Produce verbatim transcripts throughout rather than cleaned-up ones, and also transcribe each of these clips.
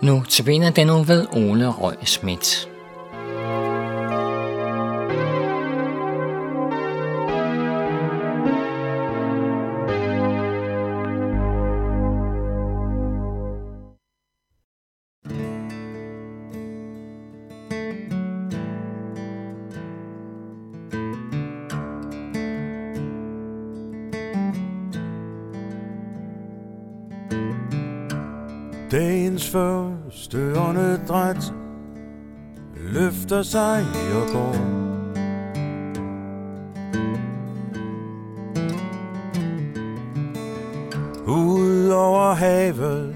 Nu til benet den nu ved Ole Røg Schmidt. Dagens første åndedræt løfter sig og går. Ud over havet,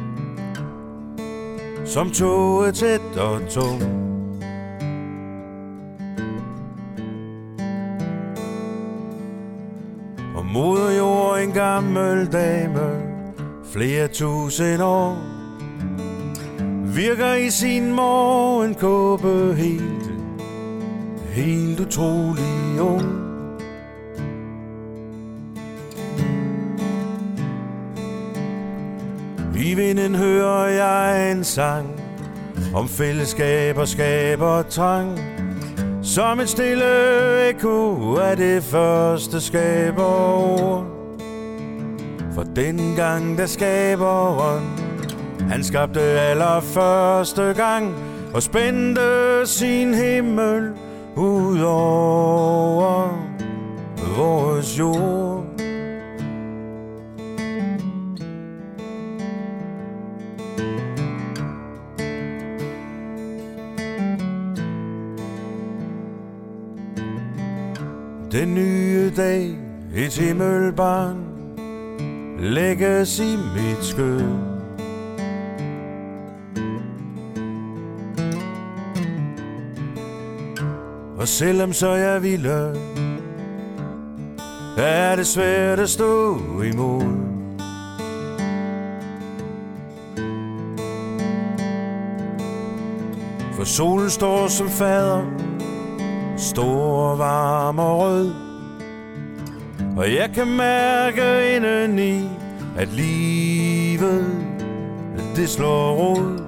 som toget tæt og tung. Og mod jord en gammel dame, flere tusind år, virker i sin morgenkåbe helt, helt utrolig ung. I vinden hører jeg en sang om fællesskab og skab og trang, som et stille ekko af det første skaberord. For den gang der skaberen, han skabte allerførste gang og spændte sin himmel ud over vores jord. Den nye dag, et himmelbarn, lægges i mit skød. Og selvom så jeg ville, er det svært at stå imod. For solen står som fader, stor, varm og rød. Og jeg kan mærke indeni, at livet, det slår rod.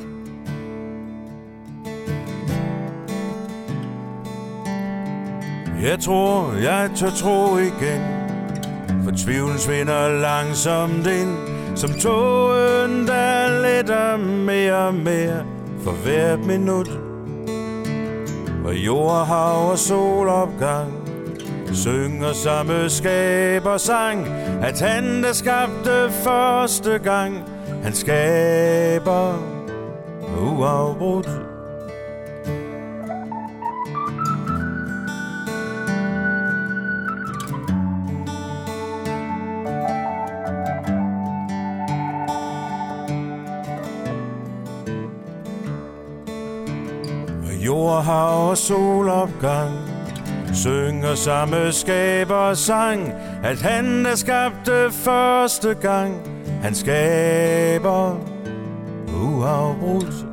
Jeg tror, jeg tør tro igen, for tvivlen svinder langsomt ind, som tågen, der letter mere og mere for hvert minut. Og jord, hav og solopgang synger samme skabersang, at han, der skabte første gang, han skaber uafbrudt. Jord, hav og solopgang synger samme skabersang, at han, der skabte første gang, han skaber uafbrudt.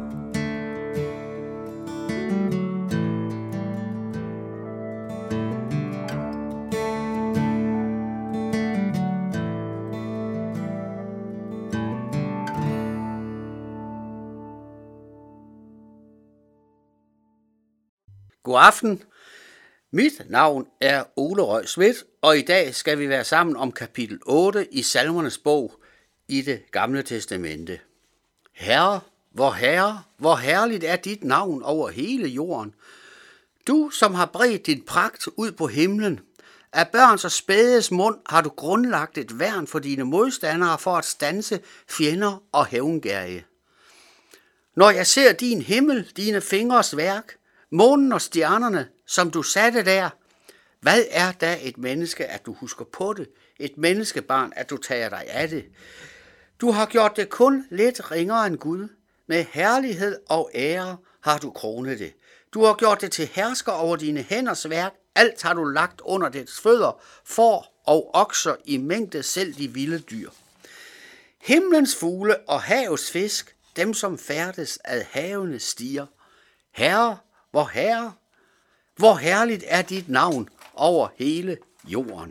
God aften. Mit navn er Ole Røg Schmidt, og i dag skal vi være sammen om kapitel otte i Salmernes bog i Det Gamle Testamente. Herre, hvor herre, hvor herligt er dit navn over hele jorden. Du, som har bredt dit pragt ud på himlen, af børns og spædes mund har du grundlagt et værn for dine modstandere for at standse fjender og hævngærige. Når jeg ser din himmel, dine fingres værk, månen og stjernerne, som du satte der, hvad er da et menneske, at du husker på det? Et menneskebarn, at du tager dig af det? Du har gjort det kun lidt ringere end Gud. Med herlighed og ære har du kronet det. Du har gjort det til hersker over dine hænders værk. Alt har du lagt under dets fødder, får og okser i mængde, selv de vilde dyr. Himlens fugle og havets fisk, dem som færdes ad havene stiger. Herre, hvor herre, hvor herligt er dit navn over hele jorden.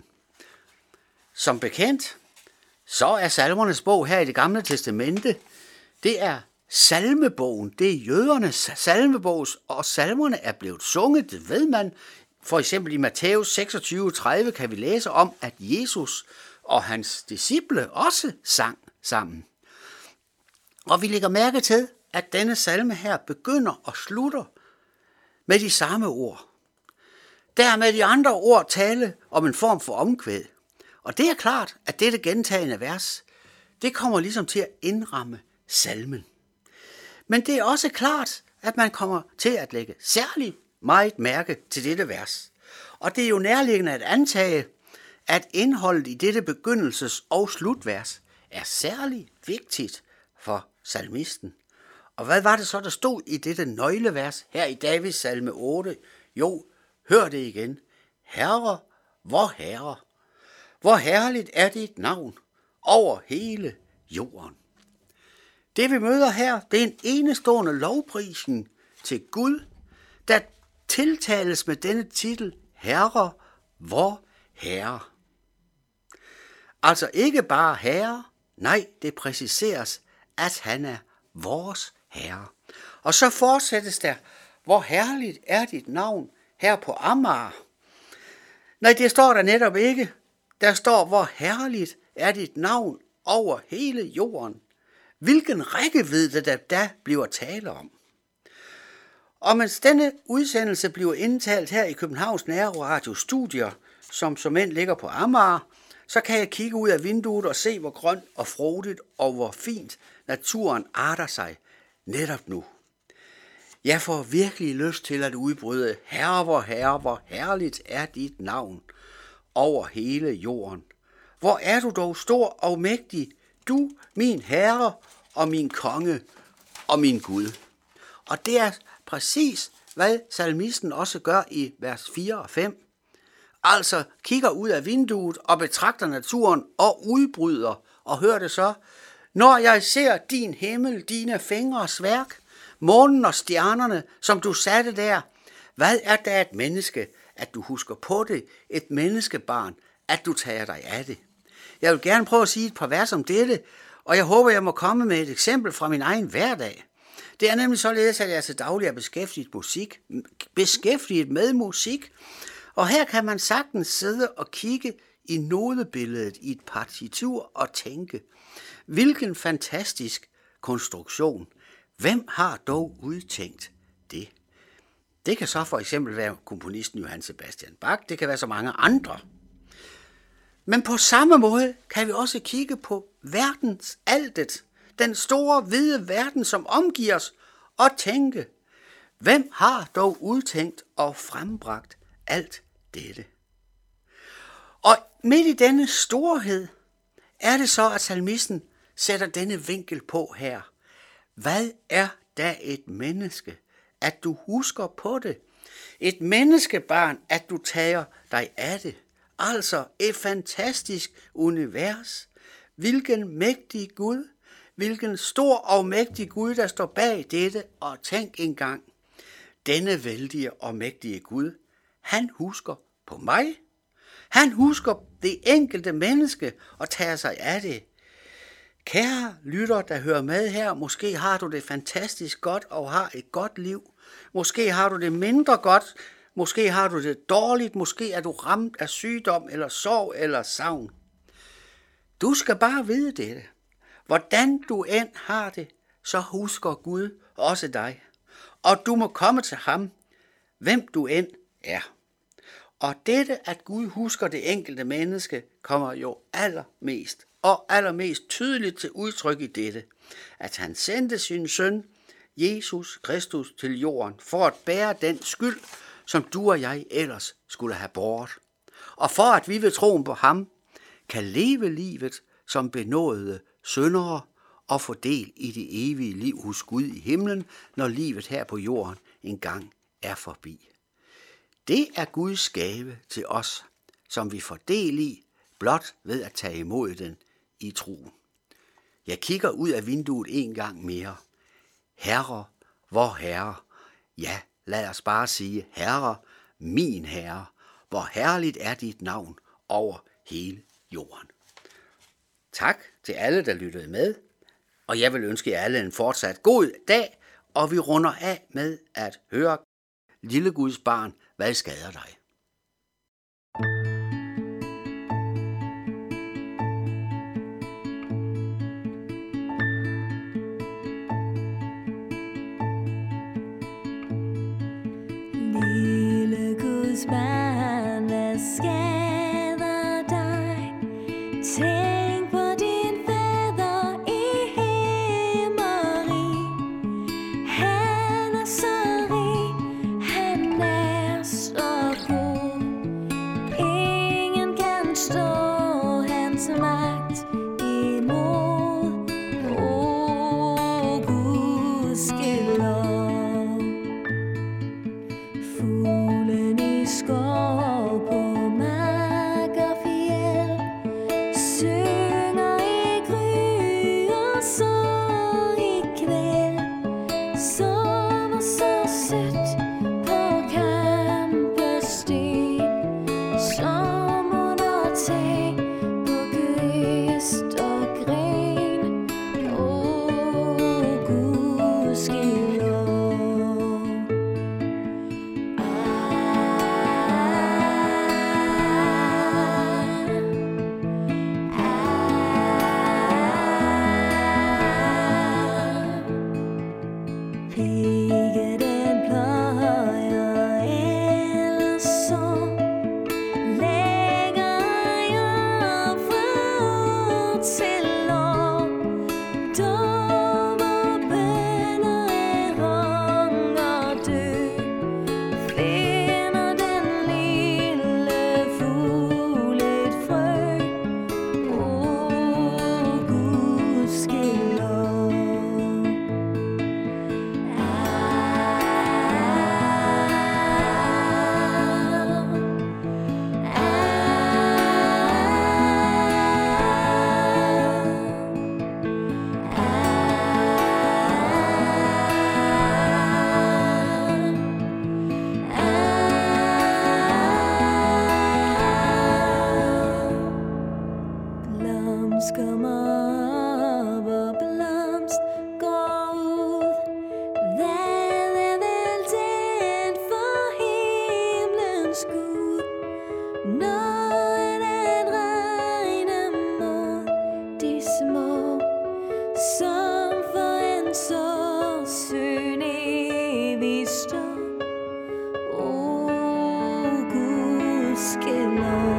Som bekendt, så er Salmernes bog her i Det Gamle Testamente, det er Salmebogen, det er jødernes salmebog, og salmerne er blevet sunget, det ved man. For eksempel i Matthæus seksogtyve tredive kan vi læse om, at Jesus og hans disciple også sang sammen. Og vi lægger mærke til, at denne salme her begynder og slutter med de samme ord. Der er med de andre ord tale om en form for omkvæd. Og det er klart, at dette gentagende vers, det kommer ligesom til at indramme salmen. Men det er også klart, at man kommer til at lægge særligt meget mærke til dette vers. Og det er jo nærliggende at antage, at indholdet i dette begyndelses- og slutvers er særligt vigtigt for salmisten. Og hvad var det så, der stod i dette nøglevers her i Davids salme otte? Jo, hør det igen. Herre, hvor herre, hvor herligt er dit navn over hele jorden. Det vi møder her, det er en enestående lovprisen til Gud, der tiltales med denne titel, Herre, vor Herre. Altså ikke bare Herre, nej, det præciseres, at han er vores Herre. Og så fortsættes der, hvor herligt er dit navn her på Amager. Nej, det står der netop ikke. Der står, hvor herligt er dit navn over hele jorden. Hvilken rækkevidde der da bliver tale om. Og mens denne udsendelse bliver indtalt her i Københavns Nærradio Studier, som som end ligger på Amager, så kan jeg kigge ud af vinduet og se, hvor grønt og frodigt og hvor fint naturen arter sig netop nu. Jeg får virkelig lyst til at udbryde, Herre, hvor herre, hvor herligt er dit navn over hele jorden. Hvor er du dog stor og mægtig, du, min Herre og min konge og min Gud. Og det er præcis, hvad salmisten også gør i vers fire og fem. Altså kigger ud af vinduet og betragter naturen og udbryder, og hør det så. Når jeg ser din himmel, dine fingres værk, månen og stjernerne, som du satte der, hvad er da et menneske, at du husker på det, et menneskebarn, at du tager dig af det. Jeg vil gerne prøve at sige et par vers om dette, og jeg håber, jeg må komme med et eksempel fra min egen hverdag. Det er nemlig således, at jeg til daglig er beskæftiget, musik, beskæftiget med musik, og her kan man sagtens sidde og kigge i nodebilledet i et partitur og tænke, hvilken fantastisk konstruktion. Hvem har dog udtænkt det? Det kan så for eksempel være komponisten Johann Sebastian Bach, det kan være så mange andre. Men på samme måde kan vi også kigge på verdens altet, den store hvide verden, som omgiver os, og tænke, hvem har dog udtænkt og frembragt alt dette? Og midt i denne storhed er det så, at salmisten sætter denne vinkel på her. Hvad er da et menneske, at du husker på det? Et menneskebarn, at du tager dig af det. Altså et fantastisk univers. Hvilken mægtig Gud, hvilken stor og mægtig Gud, der står bag dette. Og tænk engang, denne vældige og mægtige Gud, han husker på mig. Han husker det enkelte menneske og tager sig af det. Kære lytter, der hører med her, måske har du det fantastisk godt og har et godt liv. Måske har du det mindre godt, måske har du det dårligt, måske er du ramt af sygdom eller sorg eller savn. Du skal bare vide dette. Hvordan du end har det, så husker Gud også dig. Og du må komme til ham, hvem du end er. Og dette, at Gud husker det enkelte menneske, kommer jo allermest og allermest tydeligt til udtryk i dette, at han sendte sin søn, Jesus Kristus, til jorden for at bære den skyld, som du og jeg ellers skulle have båret. Og for at vi ved troen på ham kan leve livet som benådede syndere og få del i det evige liv hos Gud i himlen, når livet her på jorden engang er forbi. Det er Guds gave til os, som vi får del i, blot ved at tage imod den i troen. Jeg kigger ud af vinduet en gang mere. Herre, vor Herre, ja, lad os bare sige, Herre, min Herre, hvor herligt er dit navn over hele jorden. Tak til alle, der lyttede med. Og jeg vil ønske jer alle en fortsat god dag, og vi runder af med at høre Lille Guds barn, hvad skader dig? Lille Guds barn, hvad skader dig? Tænk på din fader i himmeri. Han er så rig, han er så god. Ingen kan stå hans magt imod. O gudskelov. Fuglen i skov på mark og fjeld synger i gry og så i kvæld. Sover så sødt på kampesten, som under tag på kvist og gren. O gudskelov. Ikke den pløjer eller så lægger jeg fra år til år. Dumme bønner af hunger dø, finder den lille fugl et frø. O gudskelov. Blomst kommer op og blomst går ud. Hvad er vel den for himlens Gud? Noget at regne mod de små, som for en så syn evig står. O gudskelov.